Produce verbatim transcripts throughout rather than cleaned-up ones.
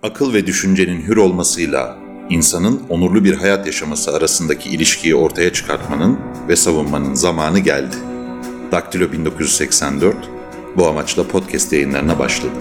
akıl ve düşüncenin hür olmasıyla insanın onurlu bir hayat yaşaması arasındaki ilişkiyi ortaya çıkartmanın ve savunmanın zamanı geldi. Daktilo bin dokuz yüz seksen dört bu amaçla podcast yayınlarına başladı.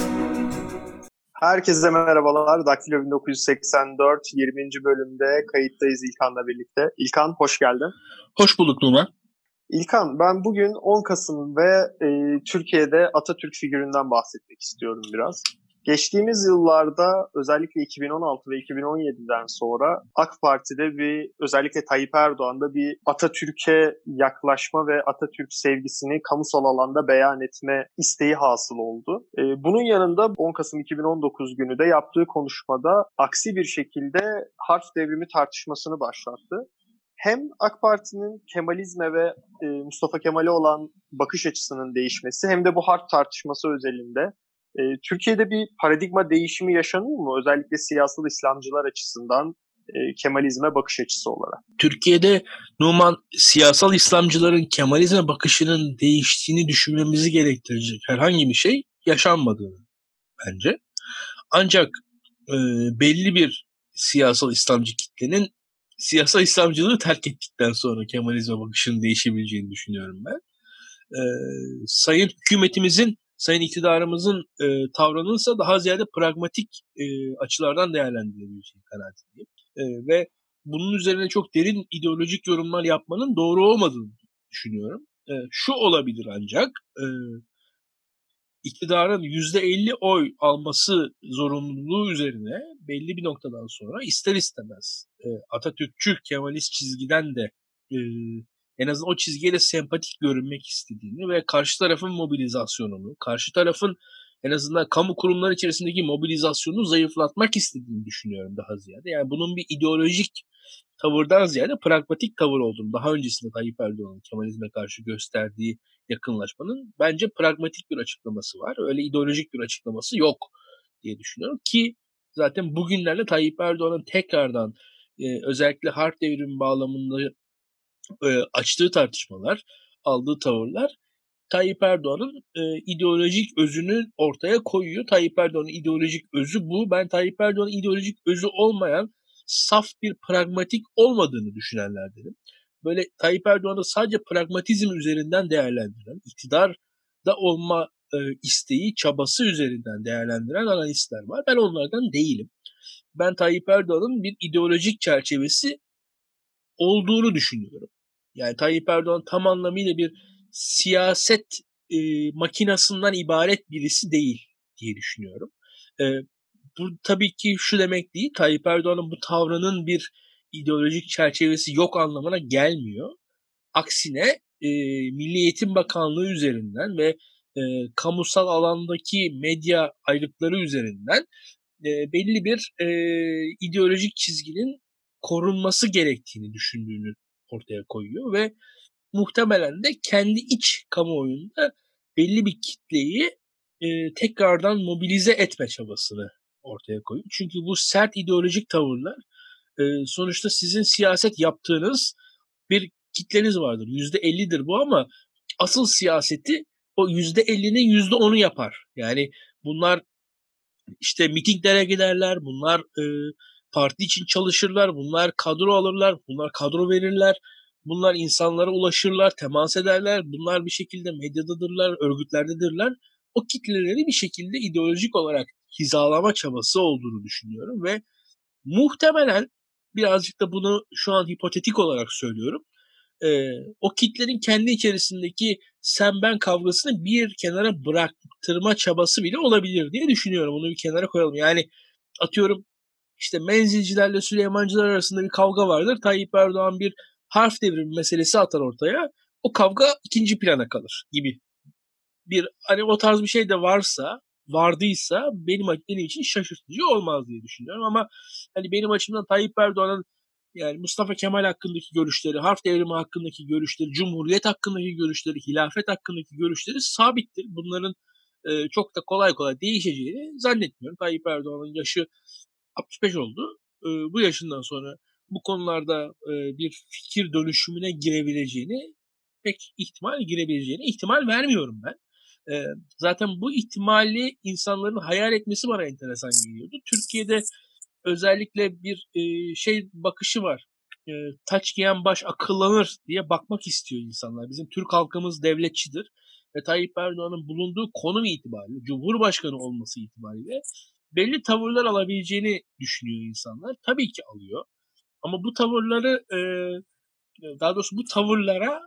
Herkese merhabalar. Daktilo bin dokuz yüz seksen dört yirminci bölümde kayıttayız İlkan'la birlikte. İlkan hoş geldin. Hoş bulduk Numan. İlkan, ben bugün on Kasım ve e, Türkiye'de Atatürk figüründen bahsetmek istiyorum biraz. Geçtiğimiz yıllarda özellikle iki bin on altı ve iki bin on yediden sonra AK Parti'de bir, özellikle Tayyip Erdoğan'da bir Atatürk'e yaklaşma ve Atatürk sevgisini kamusal alanda beyan etme isteği hasıl oldu. Ee, bunun yanında on Kasım iki bin on dokuz günü de yaptığı konuşmada aksi bir şekilde harf devrimi tartışmasını başlattı. Hem AK Parti'nin Kemalizme ve e, Mustafa Kemal'e olan bakış açısının değişmesi hem de bu harf tartışması özelinde e, Türkiye'de bir paradigma değişimi yaşanıyor mu? Özellikle siyasal İslamcılar açısından e, Kemalizme bakış açısı olarak. Türkiye'de Numan, siyasal İslamcıların Kemalizme bakışının değiştiğini düşünmemizi gerektirecek herhangi bir şey yaşanmadığını bence. Ancak e, belli bir siyasal İslamcı kitlenin siyasal İslamcılığı terk ettikten sonra Kemalizme bakışının değişebileceğini düşünüyorum ben. E, sayın hükümetimizin, sayın iktidarımızın e, tavrının ise daha ziyade pragmatik e, açılardan değerlendirilebileceği kanaatindeyim. E, ve bunun üzerine çok derin ideolojik yorumlar yapmanın doğru olmadığını düşünüyorum. E, şu olabilir ancak, e, iktidarın yüzde elli oy alması zorunluluğu üzerine belli bir noktadan sonra ister istemez e, Atatürkçü Kemalist çizgiden de e, en azından o çizgiye de sempatik görünmek istediğini ve karşı tarafın mobilizasyonunu, karşı tarafın en azından kamu kurumları içerisindeki mobilizasyonunu zayıflatmak istediğini düşünüyorum daha ziyade. Yani bunun bir ideolojik tavırdan ziyade pragmatik tavır olduğunu, daha öncesinde Tayyip Erdoğan'ın Kemalizme karşı gösterdiği yakınlaşmanın bence pragmatik bir açıklaması var. Öyle ideolojik bir açıklaması yok diye düşünüyorum ki zaten bugünlerde Tayyip Erdoğan'ın tekrardan e, özellikle harf devrimi bağlamında e, açtığı tartışmalar, aldığı tavırlar Tayyip Erdoğan'ın e, ideolojik özünü ortaya koyuyor. Tayyip Erdoğan'ın ideolojik özü bu. Ben Tayyip Erdoğan'ın ideolojik özü olmayan saf bir pragmatik olmadığını düşünenlerdenim. Böyle Tayyip Erdoğan'ı sadece pragmatizm üzerinden değerlendiren, iktidarda olma e, isteği, çabası üzerinden değerlendiren analistler var. Ben onlardan değilim. Ben Tayyip Erdoğan'ın bir ideolojik çerçevesi olduğunu düşünüyorum. Yani Tayyip Erdoğan tam anlamıyla bir siyaset e, makinasından ibaret birisi değil diye düşünüyorum. E, bu tabii ki şu demek değil, Tayyip Erdoğan'ın bu tavrının bir ideolojik çerçevesi yok anlamına gelmiyor. Aksine e, Milli Eğitim Bakanlığı üzerinden ve e, kamusal alandaki medya aygıtları üzerinden e, belli bir e, ideolojik çizginin korunması gerektiğini düşündüğünü ortaya koyuyor ve muhtemelen de kendi iç kamuoyunda belli bir kitleyi e, tekrardan mobilize etme çabasını ortaya koyuyor. Çünkü bu sert ideolojik tavırlar e, sonuçta sizin siyaset yaptığınız bir kitleniz vardır. yüzde ellidir bu ama asıl siyaseti o yüzde ellinin yüzde onu yapar. Yani bunlar işte mitinglere giderler, bunlar e, parti için çalışırlar, bunlar kadro alırlar, bunlar kadro verirler, bunlar insanlara ulaşırlar, temas ederler, bunlar bir şekilde medyadadırlar, örgütlerdedirler. O kitleleri bir şekilde ideolojik olarak hizalama çabası olduğunu düşünüyorum ve muhtemelen birazcık da bunu şu an hipotetik olarak söylüyorum. Ee, o kitlerin kendi içerisindeki sen ben kavgasını bir kenara bıraktırma çabası bile olabilir diye düşünüyorum. Bunu bir kenara koyalım. Yani atıyorum işte menzilcilerle Süleymancılar arasında bir kavga vardır. Tayyip Erdoğan bir harf devrimi meselesi atar ortaya. O kavga ikinci plana kalır gibi. Bir hani o tarz bir şey de varsa, vardıysa benim benim için şaşırtıcı olmaz diye düşünüyorum ama hani benim açımdan Tayyip Erdoğan'ın yani Mustafa Kemal hakkındaki görüşleri, harf devrimi hakkındaki görüşleri, Cumhuriyet hakkındaki görüşleri, hilafet hakkındaki görüşleri sabittir. Bunların e, çok da kolay kolay değişeceğini zannetmiyorum. Tayyip Erdoğan'ın yaşı altmış beş oldu. E, bu yaşından sonra bu konularda e, bir fikir dönüşümüne girebileceğini, pek ihtimal girebileceğine ihtimal vermiyorum ben. E, zaten bu ihtimali insanların hayal etmesi bana enteresan geliyordu. Türkiye'de özellikle bir e, şey bakışı var. E, taç giyen baş akıllanır diye bakmak istiyor insanlar. Bizim Türk halkımız devletçidir. Ve Tayyip Erdoğan'ın bulunduğu konum itibariyle, Cumhurbaşkanı olması itibariyle belli tavırlar alabileceğini düşünüyor insanlar. Tabii ki alıyor. Ama bu tavırları, e, daha doğrusu bu tavırlara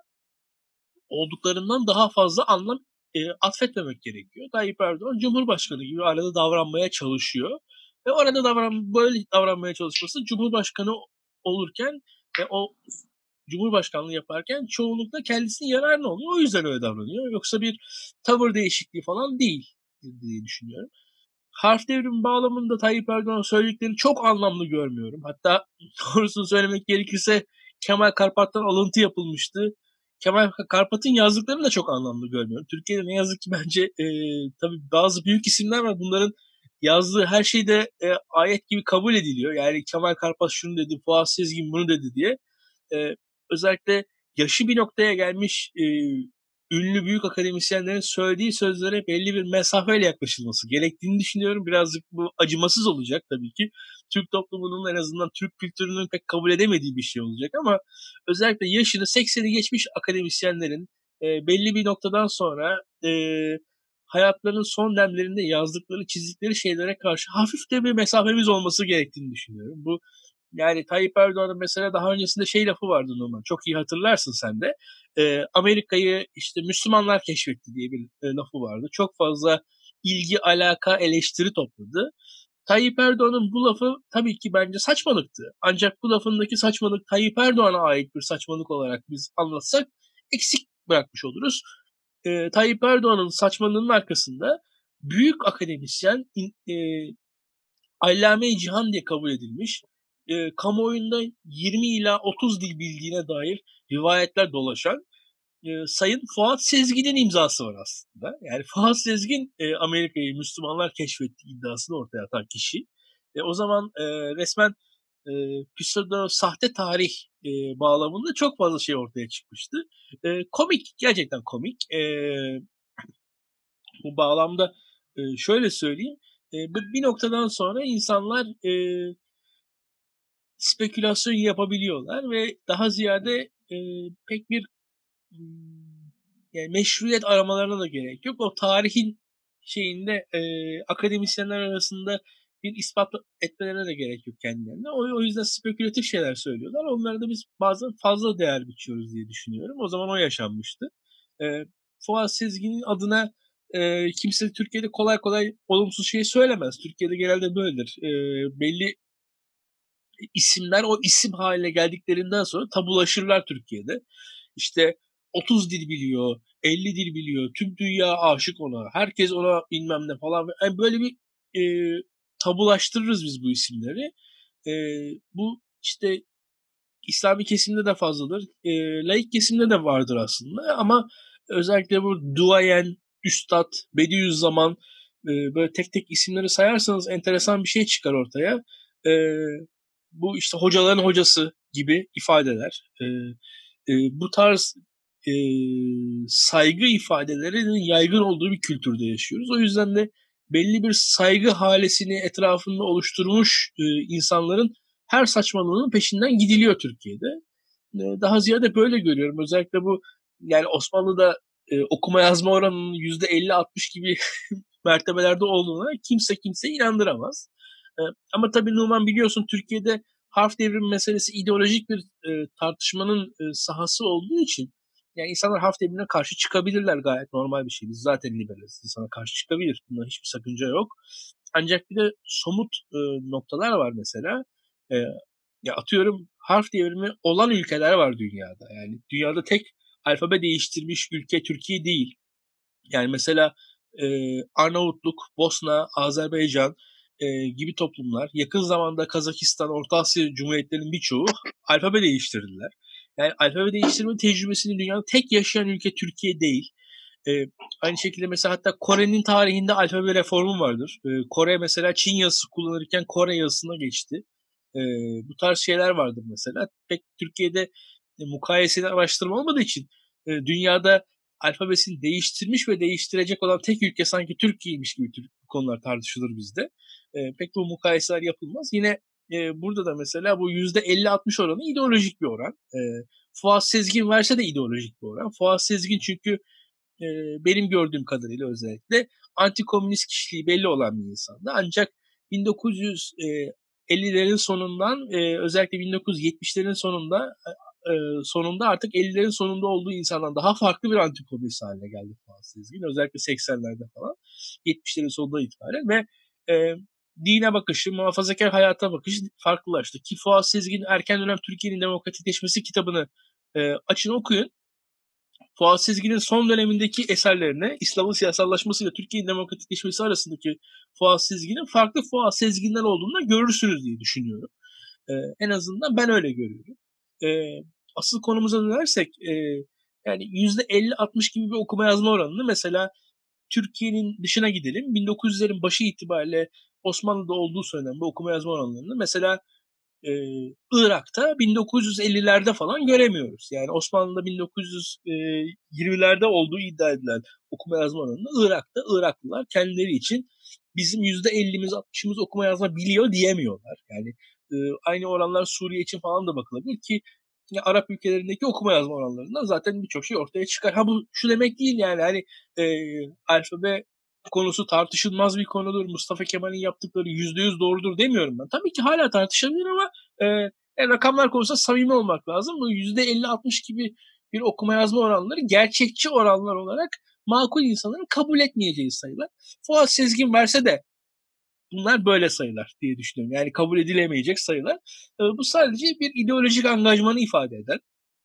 olduklarından daha fazla anlam e, atfetmemek gerekiyor. Tayyip Erdoğan Cumhurbaşkanı gibi arada davranmaya çalışıyor. Ve orada davran böyle davranmaya çalışması Cumhurbaşkanı olurken ve o Cumhurbaşkanlığı yaparken çoğunlukla kendisinin yararına oluyor. O yüzden öyle davranıyor. Yoksa bir tavır değişikliği falan değil diye düşünüyorum. Harf devrimi bağlamında Tayyip Erdoğan'ın söylediklerini çok anlamlı görmüyorum. Hatta doğrusunu söylemek gerekirse Kemal Karpat'tan alıntı yapılmıştı. Kemal Karpat'ın yazdıklarını da çok anlamlı görmüyorum. Türkiye'de ne yazık ki bence e, tabii bazı büyük isimler var. Bunların yazdığı her şey de e, ayet gibi kabul ediliyor. Yani Kemal Karpat şunu dedi, Fuat Sezgin bunu dedi diye. E, özellikle yaşı bir noktaya gelmiş e, ünlü büyük akademisyenlerin söylediği sözlere belli bir mesafeyle yaklaşılması gerektiğini düşünüyorum. Birazcık bu acımasız olacak tabii ki. Türk toplumunun en azından Türk kültürünün pek kabul edemediği bir şey olacak ama özellikle yaşını sekseni geçmiş akademisyenlerin e, belli bir noktadan sonra e, hayatlarının son demlerinde yazdıkları, çizdikleri şeylere karşı hafif de bir mesafemiz olması gerektiğini düşünüyorum. Bu yani Tayyip Erdoğan'ın mesela daha öncesinde şey lafı vardı Numan. Çok iyi hatırlarsın sen de. Ee, Amerika'yı işte Müslümanlar keşfetti diye bir e, lafı vardı. Çok fazla ilgi, alaka, eleştiri topladı. Tayyip Erdoğan'ın bu lafı tabii ki bence saçmalıktı. Ancak bu lafındaki saçmalık Tayyip Erdoğan'a ait bir saçmalık olarak biz anlatsak eksik bırakmış oluruz. Ee, Tayyip Erdoğan'ın saçmalığının arkasında büyük akademisyen, e, Allame-i Cihan diye kabul edilmiş, e, kamuoyunda yirmi ila otuz dil bildiğine dair rivayetler dolaşan e, Sayın Fuat Sezgin'in imzası var aslında. Yani Fuat Sezgin e, Amerika'yı Müslümanlar keşfetti iddiasını ortaya atan kişi. E, o zaman e, resmen e, pseudo sahte tarih e, bağlamında çok fazla şey ortaya çıkmıştı. E, komik, gerçekten komik. E, bu bağlamda e, şöyle söyleyeyim. E, bir noktadan sonra insanlar e, spekülasyon yapabiliyorlar ve daha ziyade e, pek bir yani meşruiyet aramalarına da gerek yok. O tarihin şeyinde e, akademisyenler arasında bir ispat etmelerine de gerek yok kendilerine. O, o yüzden spekülatif şeyler söylüyorlar. Onlara da biz bazen fazla değer biçiyoruz diye düşünüyorum. O zaman o yaşanmıştı. E, Fuat Sezgin'in adına e, kimse Türkiye'de kolay kolay olumsuz şey söylemez. Türkiye'de genelde böyledir. E, belli isimler o isim haline geldiklerinden sonra tabulaşırlar Türkiye'de. İşte otuz dil biliyor, elli dil biliyor, tüm dünya aşık ona, herkes ona bilmem ne falan. Yani böyle bir e, tabulaştırırız biz bu isimleri. E, bu işte İslami kesimde de fazladır, e, laik kesimde de vardır aslında ama özellikle bu duayen, üstad, Bediüzzaman e, böyle tek tek isimleri sayarsanız enteresan bir şey çıkar ortaya. E, bu işte hocaların hocası gibi ifadeler. E, e, bu tarz e, saygı ifadelerinin yaygın olduğu bir kültürde yaşıyoruz. O yüzden de belli bir saygı halesini etrafında oluşturmuş e, insanların her saçmalığının peşinden gidiliyor Türkiye'de. E, daha ziyade böyle görüyorum. Özellikle bu yani Osmanlı'da e, okuma yazma oranının yüzde elli altmış gibi mertebelerde olduğuna kimse kimse inandıramaz. E, ama tabii Numan biliyorsun Türkiye'de harf devrimi meselesi ideolojik bir e, tartışmanın e, sahası olduğu için yani insanlar harf devrimine karşı çıkabilirler, gayet normal bir şey. Biz zaten liberaliz. İnsana karşı çıkabilir. Bunda hiçbir sakınca yok. Ancak bir de somut e, noktalar var mesela. E, ya atıyorum harf devrimi olan ülkeler var dünyada. Yani dünyada tek alfabe değiştirmiş ülke Türkiye değil. Yani mesela e, Arnavutluk, Bosna, Azerbaycan e, gibi toplumlar, yakın zamanda Kazakistan, Orta Asya Cumhuriyetlerinin birçoğu alfabe değiştirdiler. Yani alfabe değiştirme tecrübesini dünyada tek yaşayan ülke Türkiye değil. E, aynı şekilde mesela hatta Kore'nin tarihinde alfabe reformu vardır. E, Kore mesela Çin yazısı kullanırken Kore yazısına geçti. E, bu tarz şeyler vardır mesela. Pek Türkiye'de e, mukayeseli araştırma olmadığı için e, dünyada alfabesini değiştirmiş ve değiştirecek olan tek ülke sanki Türkiye'ymiş gibi bu konular tartışılır bizde. E, pek bu mukayeseler yapılmaz. Yine e, burada da mesela bu yüzde elli altmış oranı ideolojik bir oran. E, Fuat Sezgin verse de ideolojik bir oran. Fuat Sezgin çünkü e, benim gördüğüm kadarıyla özellikle antikomünist kişiliği belli olan bir insandı. Ancak bin dokuz yüz ellilerin sonundan e, özellikle bin dokuz yüz yetmişlerin sonunda e, sonunda artık ellilerin sonunda olduğu insandan daha farklı bir antikomünist haline geldi Fuat Sezgin. Özellikle seksenlerde falan yetmişlerin sonunda itibaren ve e, dine bakışı, muhafazakar hayata bakışı farklılaştı. Ki Fuat Sezgin Erken Dönem Türkiye'nin Demokratikleşmesi kitabını e, açın okuyun. Fuat Sezgin'in son dönemindeki eserlerine İslam'ın siyasallaşmasıyla Türkiye'nin demokratikleşmesi arasındaki Fuat Sezgin'in farklı Fuat Sezginler olduğunu görürsünüz diye düşünüyorum. Ee, en azından ben öyle görüyorum. Ee, asıl konumuza dönersek e, yani yüzde elli altmış gibi bir okuma yazma oranını mesela Türkiye'nin dışına gidelim. bin dokuz yüzlerin başı itibariyle Osmanlı'da olduğu söylenen bu okuma yazma oranlarını mesela e, Irak'ta bin dokuz yüz ellilerde falan göremiyoruz. Yani Osmanlı'da bin dokuz yüz yirmilerde olduğu iddia edilen okuma yazma oranında Irak'ta Iraklılar kendileri için bizim yüzde ellimiz altmışımız okuma yazma biliyor diyemiyorlar. Yani e, aynı oranlar Suriye için falan da bakılabilir ki ya Arap ülkelerindeki okuma yazma oranlarından zaten birçok şey ortaya çıkar. Ha bu şu demek değil yani hani e, alfabe konusu tartışılmaz bir konudur. Mustafa Kemal'in yaptıkları yüzde yüz doğrudur demiyorum ben. Tabii ki hala tartışılabilir ama e, yani rakamlar konusunda samimi olmak lazım. Bu yüzde elli altmış gibi bir okuma yazma oranları gerçekçi oranlar olarak makul insanların kabul etmeyeceği sayılar. Fuat Sezgin verse de bunlar böyle sayılar diye düşünüyorum. Yani kabul edilemeyecek sayılar. E, bu sadece bir ideolojik angajmanı ifade eden,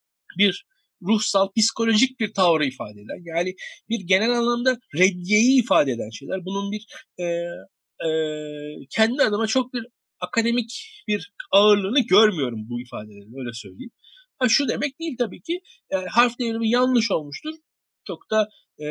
bir ruhsal, psikolojik bir tavrı ifade eden, yani bir genel anlamda reddiyeyi ifade eden şeyler. Bunun bir e, e, kendi adıma çok bir akademik bir ağırlığını görmüyorum bu ifadelerin, öyle söyleyeyim. Ha, şu demek değil tabii ki, yani harf devrimi yanlış olmuştur. Çok da e,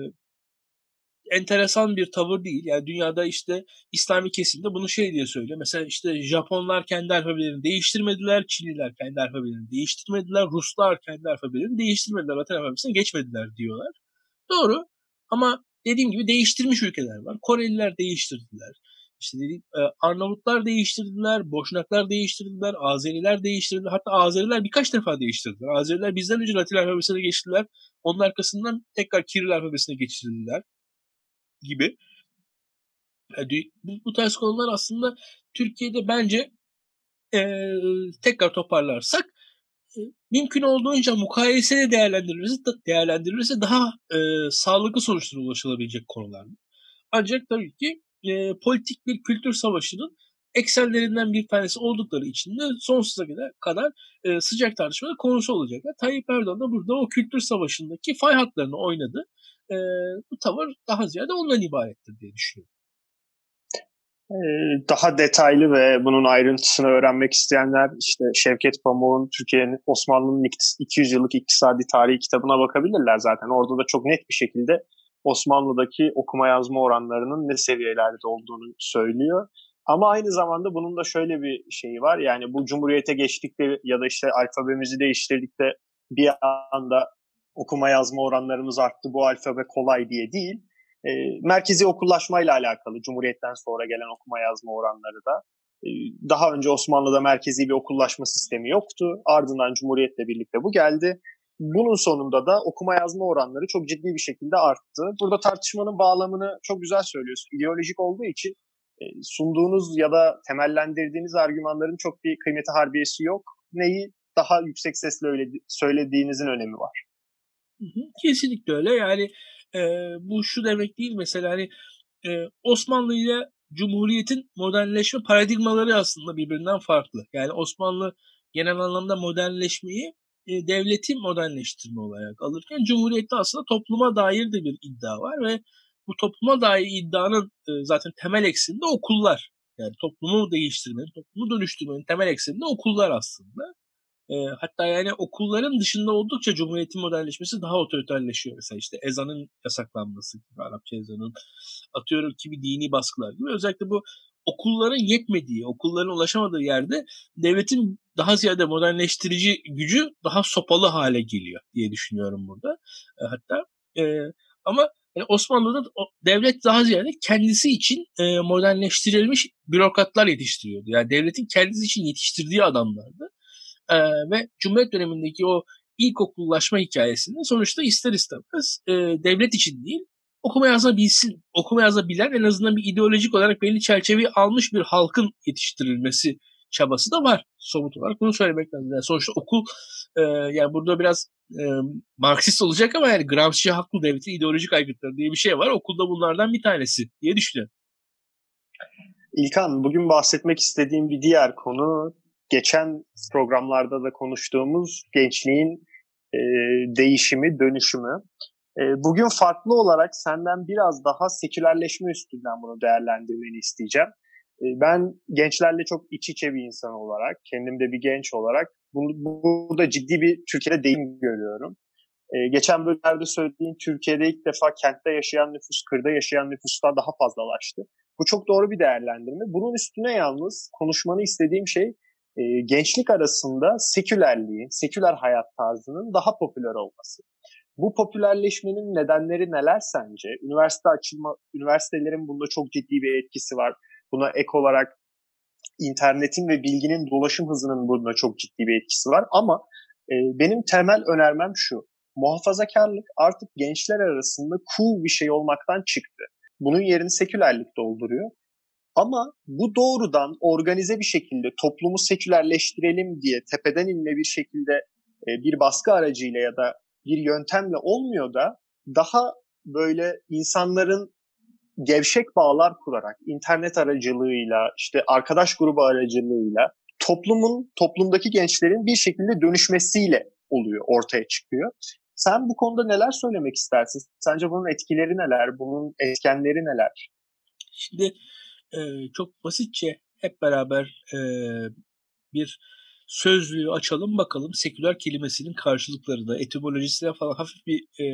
enteresan bir tavır değil. Yani dünyada işte İslami kesimde bunu şey diye söylüyor. Mesela işte Japonlar kendi alfabelerini değiştirmediler. Çinliler kendi alfabelerini değiştirmediler. Ruslar kendi alfabelerini değiştirmediler. Latin alfabesine geçmediler diyorlar. Doğru. Ama dediğim gibi değiştirmiş ülkeler var. Koreliler değiştirdiler. İşte dediğim, Arnavutlar değiştirdiler. Boşnaklar değiştirdiler. Azeriler değiştirdiler. Hatta Azeriler birkaç defa değiştirdiler. Azeriler bizden önce Latin alfabesine geçtiler. Onun arkasından tekrar Kiril alfabesine geçirildiler gibi. Yani bu, bu tarz konular aslında Türkiye'de bence e, tekrar toparlarsak e, mümkün olduğunca mukayeseli değerlendirilirse, değerlendirilirse daha e, sağlıklı sonuçlara ulaşılabilecek konular. Ancak tabii ki e, politik bir kültür savaşının eksenlerinden bir tanesi oldukları için de sonsuza kadar, kadar e, sıcak tartışmalar konusu olacaklar. Tayyip Erdoğan da burada o kültür savaşındaki fay hatlarını oynadı. E, bu tavır daha ziyade ondan ibarettir diye düşünüyorum. Daha detaylı ve bunun ayrıntısını öğrenmek isteyenler işte Şevket Pamuk'un Türkiye'nin Osmanlı'nın iki yüz yıllık iktisadi tarihi kitabına bakabilirler zaten. Orada da çok net bir şekilde Osmanlı'daki okuma yazma oranlarının ne seviyelerde olduğunu söylüyor. Ama aynı zamanda bunun da şöyle bir şeyi var. Yani bu Cumhuriyete geçtikte ya da işte alfabemizi değiştirdikte bir anda okuma yazma oranlarımız arttı, bu alfabe kolay diye değil. E, merkezi okullaşmayla alakalı Cumhuriyet'ten sonra gelen okuma yazma oranları da. E, daha önce Osmanlı'da merkezi bir okullaşma sistemi yoktu. Ardından Cumhuriyet'le birlikte bu geldi. Bunun sonunda da okuma yazma oranları çok ciddi bir şekilde arttı. Burada tartışmanın bağlamını çok güzel söylüyorsun. İdeolojik olduğu için e, sunduğunuz ya da temellendirdiğiniz argümanların çok bir kıymeti harbiyesi yok. Neyi daha yüksek sesle öyle söylediğinizin önemi var. Hı hı, kesinlikle öyle. Yani e, bu şu demek değil mesela hani e, Osmanlı ile Cumhuriyet'in modernleşme paradigmaları aslında birbirinden farklı. Yani Osmanlı genel anlamda modernleşmeyi e, devleti modernleştirme olarak alırken Cumhuriyet'te aslında topluma dair de bir iddia var ve bu topluma dair iddianın e, zaten temel ekseninde okullar. Yani toplumu değiştirmenin, toplumu dönüştürmenin temel ekseninde okullar aslında. E, hatta yani okulların dışında oldukça Cumhuriyet'in modernleşmesi daha otoriterleşiyor. Mesela işte ezanın yasaklanması gibi, Arapça ezanın, atıyorum kimi dini baskılar gibi. Özellikle bu okulların yetmediği, okulların ulaşamadığı yerde devletin daha ziyade modernleştirici gücü daha sopalı hale geliyor diye düşünüyorum burada. E, hatta E, ama yani Osmanlı'da devlet daha ziyade kendisi için e, modernleştirilmiş bürokratlar yetiştiriyordu. Yani devletin kendisi için yetiştirdiği adamlardı. E, ve Cumhuriyet dönemindeki o ilkokullaşma hikayesinde sonuçta ister istemez e, devlet için değil, okuma yazma bilsin, okuma yazma bilen, en azından bir ideolojik olarak belli çerçeveyi almış bir halkın yetiştirilmesi çabası da var. Somut olarak bunu söylemek lazım. Yani sonuçta okul e, yani burada biraz e, Marksist olacak ama yani Gramsci haklı, devletin ideolojik aygıtları diye bir şey var. Okulda bunlardan bir tanesi diye düşünüyorum. İlkan, bugün bahsetmek istediğim bir diğer konu, geçen programlarda da konuştuğumuz gençliğin e, değişimi, dönüşümü. E, bugün farklı olarak senden biraz daha sekülerleşme üstünden bunu değerlendirmeni isteyeceğim. E, ben gençlerle çok iç içe bir insan olarak, kendim de bir genç olarak bunu, burada ciddi bir Türkiye'de değişim görüyorum. Ee, geçen bölümlerde söylediğim Türkiye'de ilk defa kentte yaşayan nüfus, kırda yaşayan nüfustan daha fazlalaştı. Bu çok doğru bir değerlendirme. Bunun üstüne yalnız konuşmanı istediğim şey e, gençlik arasında sekülerliğin, seküler hayat tarzının daha popüler olması. Bu popülerleşmenin nedenleri neler sence? Üniversite açılma, üniversitelerin bunda çok ciddi bir etkisi var. Buna ek olarak internetin ve bilginin dolaşım hızının bunda çok ciddi bir etkisi var. Ama e, benim temel önermem şu. Muhafazakarlık artık gençler arasında cool bir şey olmaktan çıktı. Bunun yerini sekülerlik dolduruyor. Ama bu doğrudan organize bir şekilde toplumu sekülerleştirelim diye tepeden inme bir şekilde e, bir baskı aracıyla ya da bir yöntemle olmuyor da daha böyle insanların gevşek bağlar kurarak, internet aracılığıyla, işte arkadaş grubu aracılığıyla toplumun, toplumdaki gençlerin bir şekilde dönüşmesiyle oluyor, ortaya çıkıyor. Sen bu konuda neler söylemek istersin? Sence bunun etkileri neler? Bunun etkenleri neler? Şimdi e, çok basitçe hep beraber e, bir sözlüğü açalım bakalım. Seküler kelimesinin karşılıkları da etimolojisine falan hafif bir e,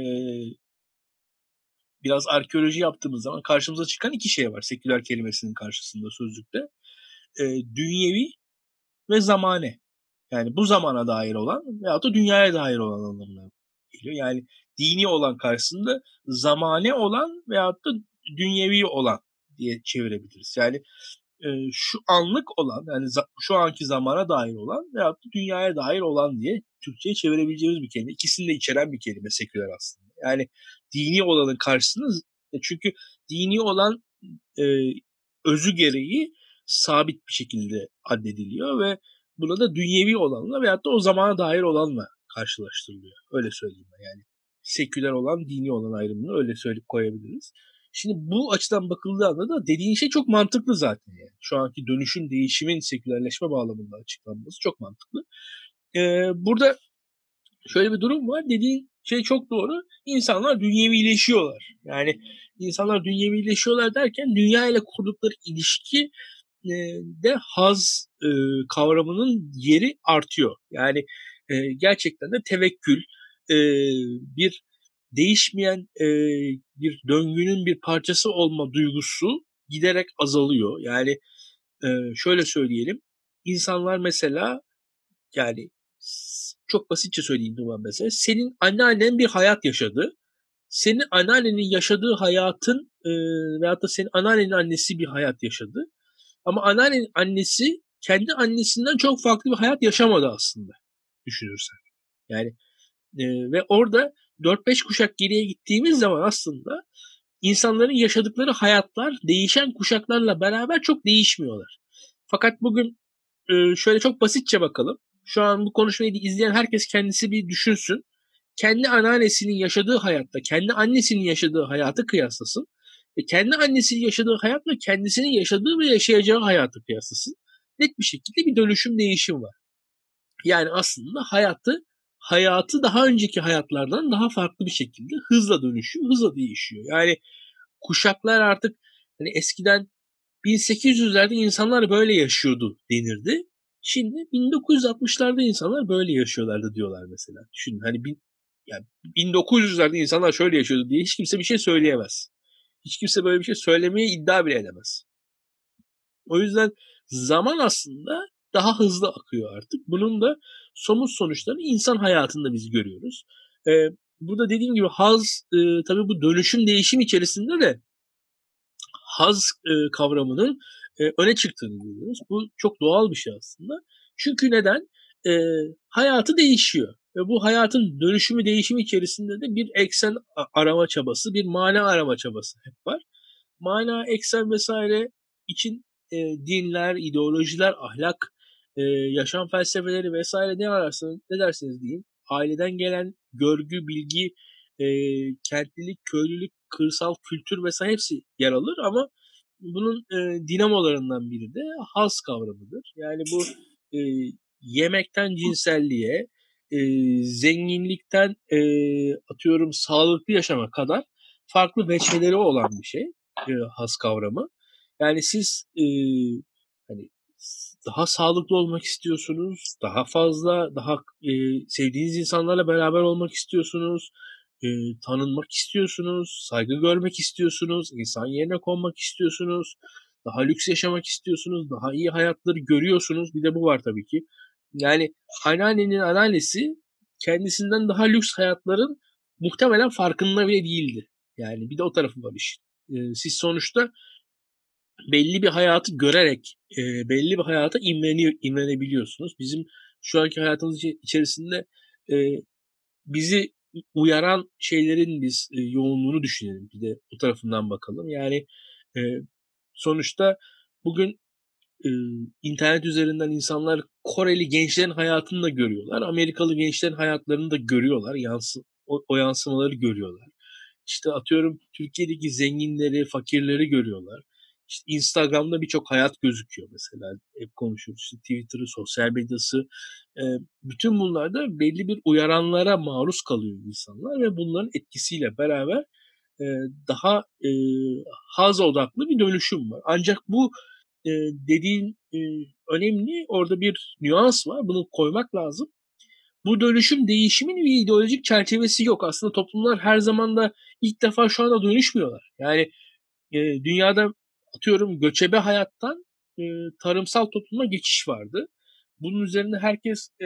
biraz arkeoloji yaptığımız zaman karşımıza çıkan iki şey var seküler kelimesinin karşısında sözlükte. E, dünyevi ve zamane. Yani bu zamana dair olan veyahut da dünyaya dair olan anlamına geliyor. Yani dini olan karşısında zamane olan veyahut da dünyevi olan diye çevirebiliriz. Yani e, şu anlık olan, yani za- şu anki zamana dair olan veyahut da dünyaya dair olan diye Türkçe'ye çevirebileceğimiz bir kelime. İkisini de içeren bir kelime seküler aslında. Yani dini olanın karşısında, çünkü dini olan e, özü gereği sabit bir şekilde addediliyor ve buna da dünyevi olanla veyahut da o zamana dair olanla karşılaştırılıyor. Öyle söyleyeyim ben yani. Seküler olan, dini olan ayrımını öyle söyleyip koyabiliriz. Şimdi bu açıdan bakıldığı anda da dediğin şey çok mantıklı zaten yani. Şu anki dönüşüm, değişimin sekülerleşme bağlamında açıklanması çok mantıklı. Ee, burada şöyle bir durum var. Dediğin şey çok doğru. İnsanlar dünyevileşiyorlar. Yani insanlar dünyevileşiyorlar derken dünya ile kurdukları ilişki e, de haz e, kavramının yeri artıyor. Yani e, gerçekten de tevekkül, e, bir değişmeyen e, bir döngünün bir parçası olma duygusu giderek azalıyor. Yani e, şöyle söyleyelim. İnsanlar mesela, yani çok basitçe söyleyeyim ben mesela. Senin anneannen bir hayat yaşadı. Senin anneannenin yaşadığı hayatın e, veyahut da senin anneannenin annesi bir hayat yaşadı. Ama anneannenin annesi kendi annesinden çok farklı bir hayat yaşamadı aslında, düşünürsen. Yani e, ve orada dört beş kuşak geriye gittiğimiz zaman aslında insanların yaşadıkları hayatlar değişen kuşaklarla beraber çok değişmiyorlar. Fakat bugün e, şöyle çok basitçe bakalım. Şu an bu konuşmayı izleyen herkes kendisi bir düşünsün. Kendi anneannesinin yaşadığı hayatta, kendi annesinin yaşadığı hayatı kıyaslasın. Ve kendi annesinin yaşadığı hayatla kendisinin yaşadığı ve yaşayacağı hayatı kıyaslasın. Net bir şekilde bir dönüşüm, değişim var. Yani aslında hayatı hayatı daha önceki hayatlardan daha farklı bir şekilde hızla dönüşüyor, hızla değişiyor. Yani kuşaklar artık, hani eskiden bin sekiz yüzlerde insanlar böyle yaşıyordu denirdi. Şimdi bin dokuz yüz altmışlarda insanlar böyle yaşıyorlardı diyorlar mesela. Düşünün, hani bin, yani bin dokuz yüzlerde insanlar şöyle yaşıyordu diye hiç kimse bir şey söyleyemez. Hiç kimse böyle bir şey söylemeye iddia bile edemez. O yüzden zaman aslında daha hızlı akıyor artık. Bunun da somut sonuçlarını insan hayatında biz görüyoruz. Ee, burada dediğim gibi haz e, tabii bu dönüşüm değişim içerisinde de haz e, kavramının e, öne çıktığını görüyoruz. Bu çok doğal bir şey aslında. Çünkü neden? E, hayatı değişiyor. Ve bu hayatın dönüşümü değişimi içerisinde de bir eksen arama çabası, bir mana arama çabası hep var. Mana, eksen vesaire için e, dinler, ideolojiler, ahlak, e, yaşam felsefeleri vesaire ne ararsanız, ne derseniz deyin, aileden gelen görgü, bilgi, e, kentlilik, köylülük, kırsal kültür vesaire hepsi yer alır ama bunun e, dinamolarından biri de haz kavramıdır. Yani bu e, yemekten cinselliğe, e, zenginlikten e, atıyorum sağlıklı yaşama kadar farklı veçeleri olan bir şey e, haz kavramı. Yani siz e, hani daha sağlıklı olmak istiyorsunuz, daha fazla, daha e, sevdiğiniz insanlarla beraber olmak istiyorsunuz, e, tanınmak istiyorsunuz, saygı görmek istiyorsunuz, insan yerine konmak istiyorsunuz, daha lüks yaşamak istiyorsunuz, daha iyi hayatları görüyorsunuz. Bir de bu var tabii ki. Yani anneannenin anneannesi kendisinden daha lüks hayatların muhtemelen farkında bile değildi. Yani bir de o tarafı var işin. E, siz sonuçta belli bir hayatı görerek e, belli bir hayata imreniyor, imrenebiliyorsunuz. Bizim şu anki hayatımız içerisinde e, bizi uyaran şeylerin biz e, yoğunluğunu düşünelim. Bir de o tarafından bakalım. Yani e, sonuçta bugün e, internet üzerinden insanlar Koreli gençlerin hayatını da görüyorlar. Amerikalı gençlerin hayatlarını da görüyorlar. Yansı, o, o yansımaları görüyorlar. İşte atıyorum Türkiye'deki zenginleri, fakirleri görüyorlar. İşte Instagram'da birçok hayat gözüküyor mesela. Hep konuşuyoruz. İşte Twitter'ı, sosyal medyası. E, bütün bunlarda belli bir uyaranlara maruz kalıyor insanlar ve bunların etkisiyle beraber e, daha e, haz odaklı bir dönüşüm var. Ancak bu e, dediğin e, önemli. Orada bir nüans var. Bunu koymak lazım. Bu dönüşüm değişimin bir ideolojik çerçevesi yok. Aslında toplumlar her zaman da ilk defa şu anda dönüşmüyorlar. Yani e, dünyada atıyorum göçebe hayattan e, tarımsal topluma geçiş vardı. Bunun üzerine herkes e,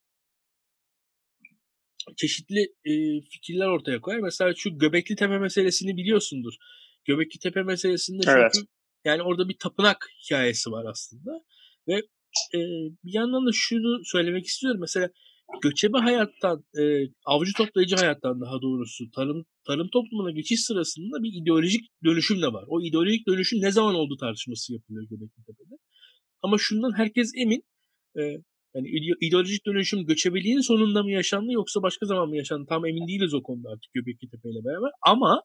çeşitli e, fikirler ortaya koyar. Mesela şu Göbekli Tepe meselesini biliyorsundur. Göbekli Tepe meselesinde Evet. çünkü yani orada bir tapınak hikayesi var aslında. Ve e, bir yandan da şunu söylemek istiyorum. Mesela göçebe hayattan, e, avcı toplayıcı hayattan daha doğrusu tarım tarım toplumuna geçiş sırasında bir ideolojik dönüşüm de var. O ideolojik dönüşüm ne zaman oldu tartışması yapılıyor Göbekli Tepe'de. Ama şundan herkes emin. E, yani ideolojik dönüşüm göçebeliğin sonunda mı yaşandı yoksa başka zaman mı yaşandı? Tam emin değiliz o konuda artık Göbekli Tepe ile beraber. Ama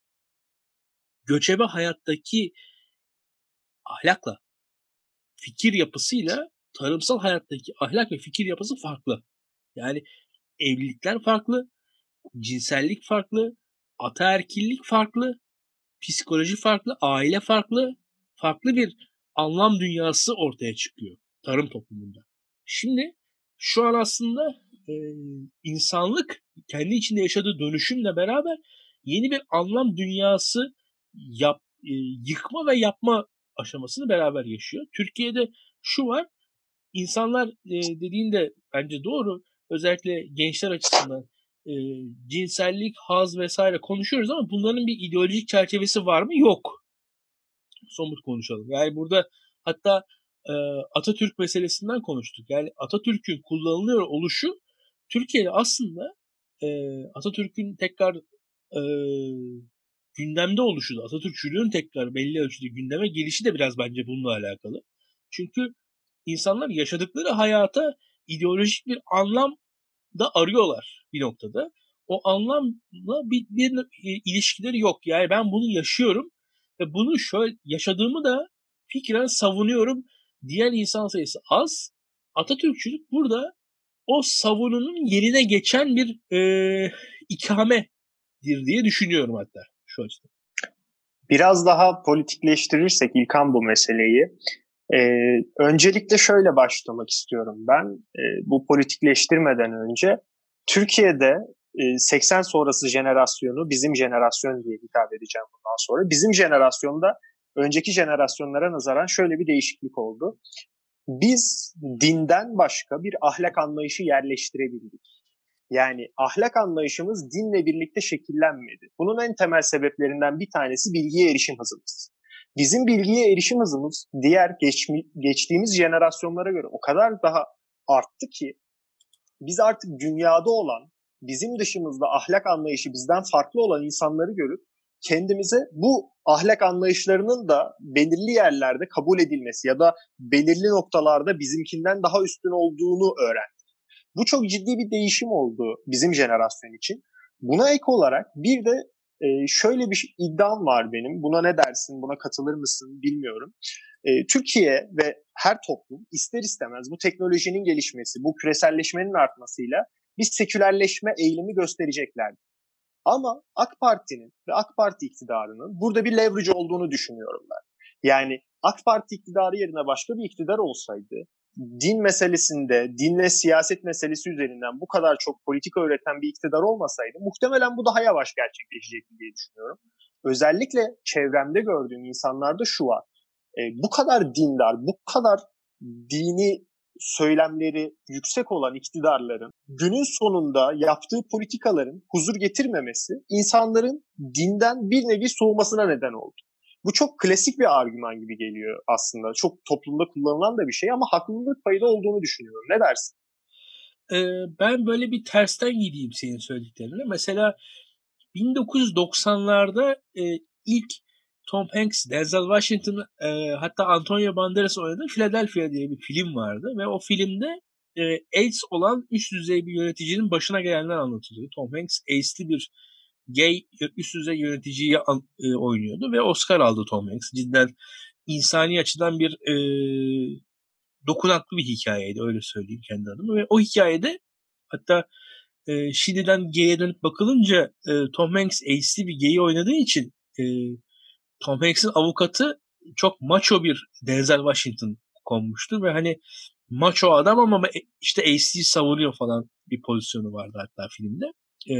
göçebe hayattaki ahlakla, fikir yapısıyla tarımsal hayattaki ahlak ve fikir yapısı farklı. Yani evlilikler farklı, cinsellik farklı, ataerkillik farklı, psikoloji farklı, aile farklı, farklı bir anlam dünyası ortaya çıkıyor tarım toplumunda. Şimdi şu an aslında e, insanlık kendi içinde yaşadığı dönüşümle beraber yeni bir anlam dünyası yap, e, yıkma ve yapma aşamasını beraber yaşıyor. Türkiye'de şu var, insanlar e, dediğinde bence doğru, özellikle gençler açısından e, cinsellik, haz vesaire konuşuyoruz ama bunların bir ideolojik çerçevesi var mı? Yok. Somut konuşalım. Yani burada hatta e, Atatürk meselesinden konuştuk. Yani Atatürk'ün kullanılıyor oluşu Türkiye'de aslında e, Atatürk'ün tekrar e, gündemde oluşu da Atatürkçülüğün tekrar belli ölçüde gündeme gelişi de biraz bence bununla alakalı. Çünkü insanlar yaşadıkları hayata ideolojik bir anlam da arıyorlar bir noktada. O anlamla bir, bir ilişkileri yok. Yani ben bunu yaşıyorum ve bunu şöyle yaşadığımı da fikren savunuyorum diyen insan sayısı az. Atatürkçülük burada o savununun yerine geçen bir e, ikamedir diye düşünüyorum hatta şu açıdan. Biraz daha politikleştirirsek İlkan bu meseleyi. Ee, öncelikle şöyle başlamak istiyorum ben. Ee, bu politikleştirmeden önce Türkiye'de e, seksen sonrası jenerasyonu bizim jenerasyon diye hitap edeceğim bundan sonra. Bizim jenerasyonda önceki jenerasyonlara nazaran şöyle bir değişiklik oldu. Biz dinden başka bir ahlak anlayışı yerleştirebildik. Yani ahlak anlayışımız dinle birlikte şekillenmedi. Bunun en temel sebeplerinden bir tanesi bilgiye erişim hızımız. Bizim bilgiye erişim hızımız diğer geçmi, geçtiğimiz jenerasyonlara göre o kadar daha arttı ki biz artık dünyada olan, bizim dışımızda ahlak anlayışı bizden farklı olan insanları görüp kendimize bu ahlak anlayışlarının da belirli yerlerde kabul edilmesi ya da belirli noktalarda bizimkinden daha üstün olduğunu öğrendik. Bu çok ciddi bir değişim oldu bizim jenerasyon için. Buna ek olarak bir de e, şöyle bir iddiam var benim. Buna ne dersin, buna katılır mısın bilmiyorum. E, Türkiye ve her toplum ister istemez bu teknolojinin gelişmesi, bu küreselleşmenin artmasıyla bir sekülerleşme eğilimi göstereceklerdi. Ama AK Parti'nin ve AK Parti iktidarının burada bir leverage olduğunu düşünüyorum ben. Yani AK Parti iktidarı yerine başka bir iktidar olsaydı, din meselesinde, dinle siyaset meselesi üzerinden bu kadar çok politika üreten bir iktidar olmasaydı muhtemelen bu daha yavaş gerçekleşecekti diye düşünüyorum. Özellikle çevremde gördüğüm insanlarda şu var. E, bu kadar dindar, bu kadar dini söylemleri yüksek olan iktidarların günün sonunda yaptığı politikaların huzur getirmemesi insanların dinden bir nevi soğumasına neden oldu. Bu çok klasik bir argüman gibi geliyor aslında. Çok toplumda kullanılan da bir şey ama haklılık payı da olduğunu düşünüyorum. Ne dersin? Ee, ben böyle bir tersten gideyim senin söylediklerine. Mesela bin dokuz yüz doksanlarda e, ilk Tom Hanks, Denzel Washington e, hatta Antonio Banderas oynadığı Philadelphia diye bir film vardı ve o filmde e, AIDS olan üst düzey bir yöneticinin başına gelenler anlatılıyor. Tom Hanks AIDS'li bir gay üst düzey yöneticiyi e, oynuyordu ve Oscar aldı Tom Hanks. Cidden insani açıdan bir e, dokunaklı bir hikayeydi, öyle söyleyeyim kendi adıma. Ve o hikayede hatta e, şimdiden geriye dönüp bakılınca e, Tom Hanks AIDS'li bir gay'i oynadığı için e, Tom Hanks'in avukatı çok macho bir Denzel Washington konmuştu ve hani macho adam ama işte AIDS'liyi savunuyor falan bir pozisyonu vardı hatta filmde. E,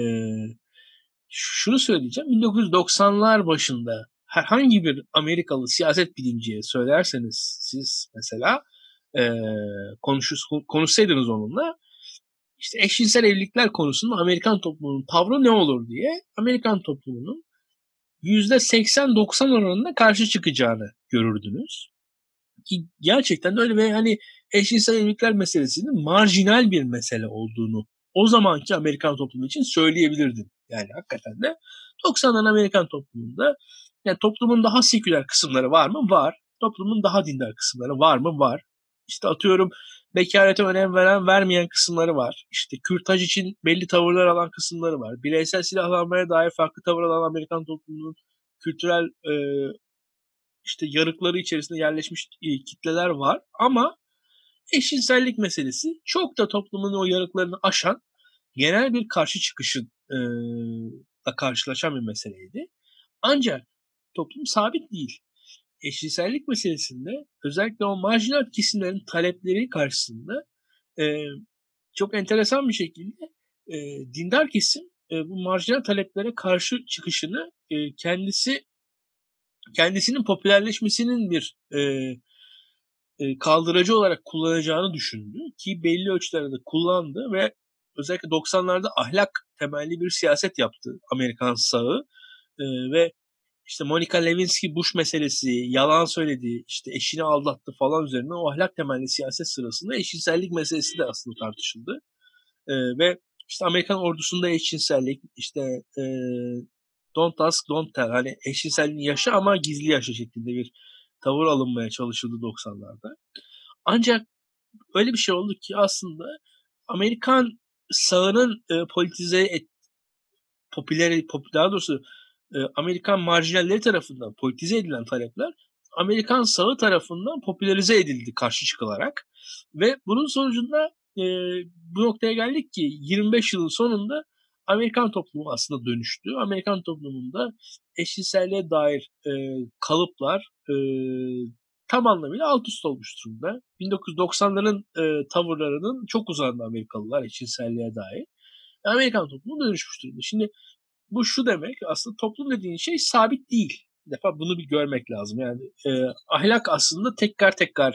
şunu söyleyeceğim, bin dokuz yüz doksanlar başında herhangi bir Amerikalı siyaset bilimciye söylerseniz siz mesela e, konuşur, konuşsaydınız onunla işte eşcinsel evlilikler konusunda Amerikan toplumunun tavrı ne olur diye Amerikan toplumunun yüzde seksen doksan oranında karşı çıkacağını görürdünüz. Ki gerçekten de öyle ve hani eşcinsel evlilikler meselesinin marjinal bir mesele olduğunu o zamanki Amerikan toplumu için söyleyebilirdim. Yani hakikaten de doksanların Amerikan toplumunda yani toplumun daha seküler kısımları var mı? Var. Toplumun daha dindar kısımları var mı? Var. İşte atıyorum bekarete önem veren vermeyen kısımları var. İşte kürtaj için belli tavırlar alan kısımları var. Bireysel silahlanmaya dair farklı tavır alan Amerikan toplumunun kültürel e, işte yarıkları içerisinde yerleşmiş kitleler var. Ama eşcinsellik meselesi çok da toplumun o yarıklarını aşan genel bir karşı çıkışın e, da karşılaşan bir meseleydi. Ancak toplum sabit değil. Eşcinsellik meselesinde özellikle o marjinal kesimlerin talepleri karşısında e, çok enteresan bir şekilde e, dindar kesim e, bu marjinal taleplere karşı çıkışını e, kendisi kendisinin popülerleşmesinin bir e, e, kaldırıcı olarak kullanacağını düşündü ki belli ölçülerde kullandı ve özellikle doksanlarda ahlak temelli bir siyaset yaptı Amerikan sağı e, ve işte Monica Lewinsky Bush meselesi, yalan söyledi, işte eşini aldattı falan üzerine o ahlak temelli siyaset sırasında eşcinsellik meselesi de aslında tartışıldı. E, ve işte Amerikan ordusunda eşcinsellik, işte e, don't ask, don't tell, hani eşcinselliğini yaşa ama gizli yaşa şeklinde bir tavır alınmaya çalışıldı doksanlarda. Ancak öyle bir şey oldu ki aslında Amerikan sağının e, politize et, popüler, daha doğrusu e, Amerikan marjinalleri tarafından politize edilen talepler Amerikan sağı tarafından popülerize edildi karşı çıkılarak ve bunun sonucunda e, bu noktaya geldik ki yirmi beş yılın sonunda Amerikan toplumu aslında dönüştü. Amerikan toplumunda eşcinselliğe dair e, kalıplar e, tam anlamıyla alt üst olmuş durumda. bin dokuz yüz doksanların e, tavırlarının çok uzağında Amerikalılar eşcinselliğe dair. Amerikan toplumu dönüşmüş durumda. Şimdi bu şu demek, aslında toplum dediğin şey sabit değil. Bir defa bunu bir görmek lazım. Yani e, ahlak aslında tekrar tekrar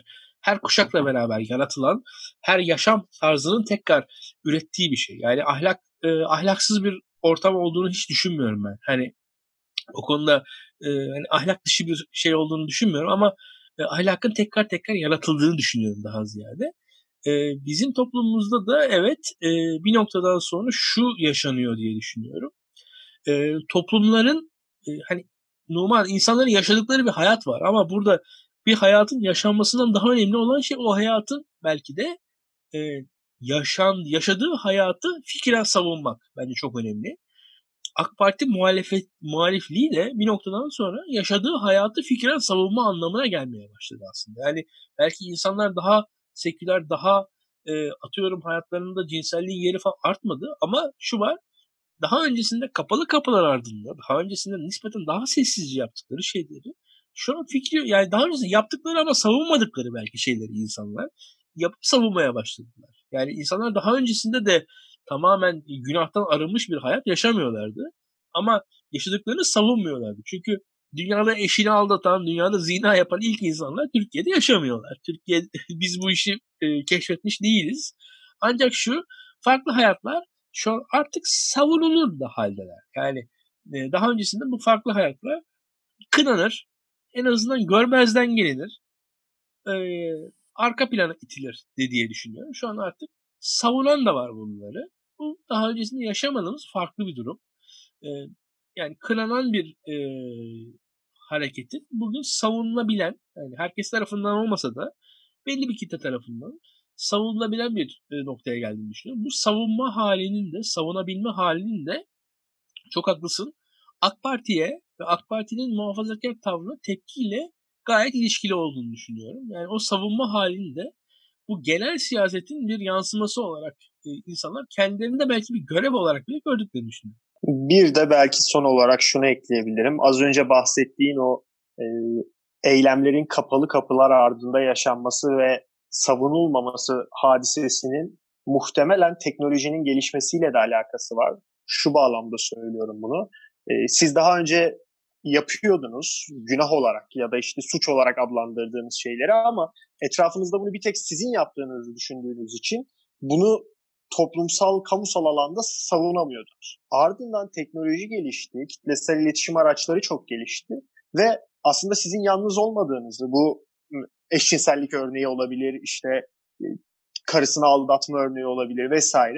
her kuşakla beraber yaratılan, her yaşam tarzının tekrar ürettiği bir şey. Yani ahlak e, ahlaksız bir ortam olduğunu hiç düşünmüyorum ben. Hani o konuda e, hani ahlak dışı bir şey olduğunu düşünmüyorum ama e, ahlakın tekrar tekrar yaratıldığını düşünüyorum daha ziyade. E, bizim toplumumuzda da evet e, bir noktadan sonra şu yaşanıyor diye düşünüyorum. E, toplumların e, hani normal insanların yaşadıkları bir hayat var ama burada bir hayatın yaşanmasından daha önemli olan şey o hayatın belki de e, yaşan yaşadığı hayatı fikren savunmak bence çok önemli. AK Parti muhalefet muhalifliği de bir noktadan sonra yaşadığı hayatı fikren savunma anlamına gelmeye başladı aslında. Yani belki insanlar daha seküler, daha e, atıyorum hayatlarında cinselliğin yeri falan artmadı ama şu var, daha öncesinde kapalı kapılar ardında, daha öncesinde nispeten daha sessizce yaptıkları şeyleri şu an fikri, yani daha öncesinde yaptıkları ama savunmadıkları belki şeyleri insanlar yapıp savunmaya başladılar. Yani insanlar daha öncesinde de tamamen günahtan arınmış bir hayat yaşamıyorlardı. Ama yaşadıklarını savunmuyorlardı. Çünkü dünyada eşini aldatan, dünyada zina yapan ilk insanlar Türkiye'de yaşamıyorlar. Türkiye, biz bu işi e, keşfetmiş değiliz. Ancak şu, farklı hayatlar şu an artık savunulur da haldeler. Yani e, daha öncesinde bu farklı hayatlar kınanır, en azından görmezden gelinir, e, arka plana itilir diye düşünüyorum. Şu an artık savunan da var bunları. Bu daha öncesinde yaşamadığımız farklı bir durum. E, yani kınanan bir e, hareketin bugün savunulabilen, yani herkes tarafından olmasa da belli bir kitle tarafından savunulabilen bir e, noktaya geldiğini düşünüyorum. Bu savunma halinin de, savunabilme halinin de çok haklısın, AK Parti'ye ve AK Parti'nin muhafazakar tavrına tepkiyle gayet ilişkili olduğunu düşünüyorum. Yani o savunma halinde bu genel siyasetin bir yansıması olarak e, insanlar kendilerinde belki bir görev olarak bile gördüklerini düşünüyorum. Bir de belki son olarak şunu ekleyebilirim. Az önce bahsettiğin o e, eylemlerin kapalı kapılar ardında yaşanması ve savunulmaması hadisesinin muhtemelen teknolojinin gelişmesiyle de alakası var. Şu bağlamda söylüyorum bunu. E, siz daha önce yapıyordunuz günah olarak ya da işte suç olarak adlandırdığınız şeyleri ama etrafınızda bunu bir tek sizin yaptığınızı düşündüğünüz için bunu toplumsal, kamusal alanda savunamıyordunuz. Ardından teknoloji gelişti, kitlesel iletişim araçları çok gelişti ve aslında sizin yalnız olmadığınızı, bu eşcinsellik örneği olabilir, işte karısını aldatma örneği olabilir vesaire.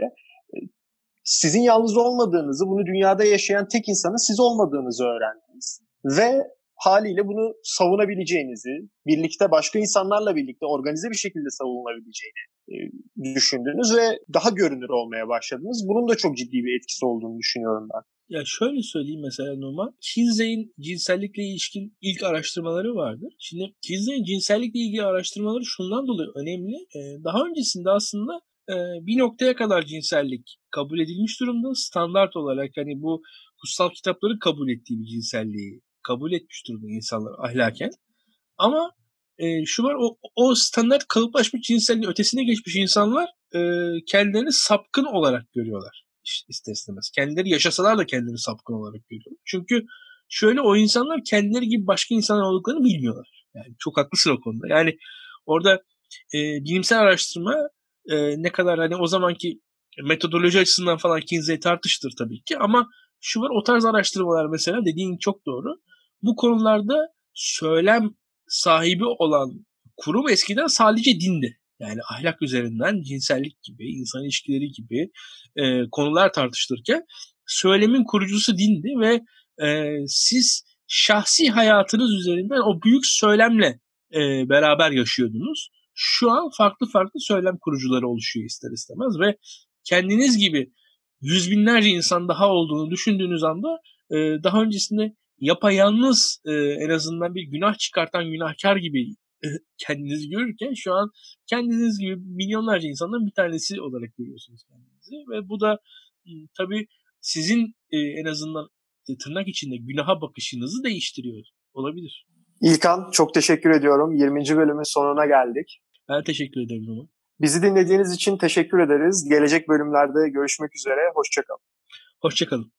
Sizin yalnız olmadığınızı, bunu dünyada yaşayan tek insanın siz olmadığınızı öğrendiniz. Ve haliyle bunu savunabileceğinizi, birlikte başka insanlarla birlikte organize bir şekilde savunabileceğini e, düşündünüz ve daha görünür olmaya başladınız. Bunun da çok ciddi bir etkisi olduğunu düşünüyorum ben. Ya şöyle söyleyeyim mesela Numan. Kinsey'in cinsellikle ilişkin ilk araştırmaları vardır. Şimdi Kinsey'in cinsellikle ilgili araştırmaları şundan dolayı önemli. Ee, daha öncesinde aslında e, bir noktaya kadar cinsellik kabul edilmiş durumda. Standart olarak hani bu kutsal kitapların kabul ettiği bir cinselliği kabul etmiş durumda insanlar ahlaken. Ama e, şu var, o, o standart kalıplaşmış cinselliğin ötesine geçmiş insanlar e, kendilerini sapkın olarak görüyorlar. İster istemez. Kendileri yaşasalar da kendileri sapkın olarak görüyorlar. Çünkü şöyle, o insanlar kendileri gibi başka insanlar olduklarını bilmiyorlar. Yani çok haklısın o konuda. Yani orada e, bilimsel araştırma e, ne kadar hani o zamanki metodoloji açısından falan Kinsey tartıştır tabii ki, ama şu var, o tarz araştırmalar mesela dediğin çok doğru. Bu konularda söylem sahibi olan kurum eskiden sadece dindi. Yani ahlak üzerinden cinsellik gibi, insan ilişkileri gibi e, konular tartışılırken söylemin kurucusu dindi ve e, siz şahsi hayatınız üzerinden o büyük söylemle e, beraber yaşıyordunuz. Şu an farklı farklı söylem kurucuları oluşuyor ister istemez ve kendiniz gibi yüz binlerce insan daha olduğunu düşündüğünüz anda e, daha öncesinde yapayalnız e, en azından bir günah çıkartan günahkar gibi e, kendinizi görürken şu an kendiniz gibi milyonlarca insandan bir tanesi olarak görüyorsunuz kendinizi ve bu da e, tabii sizin e, en azından e, tırnak içinde günaha bakışınızı değiştiriyor olabilir. İlkan, çok teşekkür ediyorum. yirminci bölümün sonuna geldik. Ben teşekkür ederim ama. Bizi dinlediğiniz için teşekkür ederiz. Gelecek bölümlerde görüşmek üzere. Hoşça kalın. Hoşça kalın.